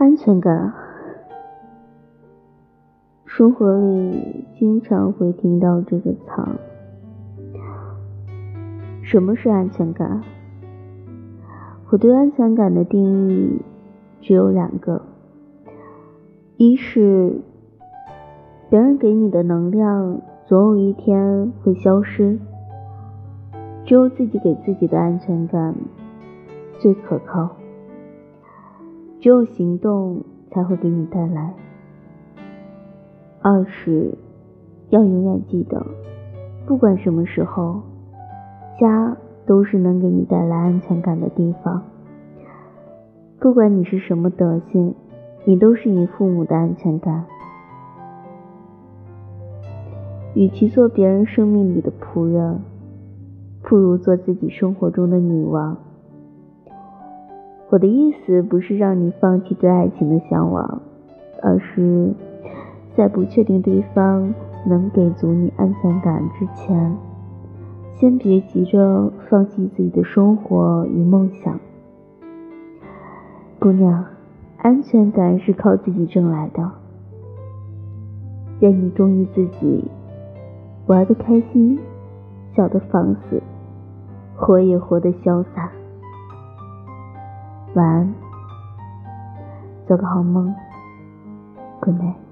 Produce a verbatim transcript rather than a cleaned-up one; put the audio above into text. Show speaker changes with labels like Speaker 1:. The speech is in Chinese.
Speaker 1: 安全感，生活里经常会听到这个词。什么是安全感？我对安全感的定义只有两个，一是别人给你的能量总有一天会消失，只有自己给自己的安全感最可靠，只有行动才会给你带来。二是要永远记得，不管什么时候，家都是能给你带来安全感的地方。不管你是什么德行，你都是你父母的安全感。与其做别人生命里的仆人，不如做自己生活中的女王。我的意思不是让你放弃对爱情的向往，而是在不确定对方能给足你安全感之前，先别急着放弃自己的生活与梦想。姑娘，安全感是靠自己挣来的，愿你忠于自己，玩得开心，笑得放肆，活也活得潇洒。晚安，做个好梦， Good night。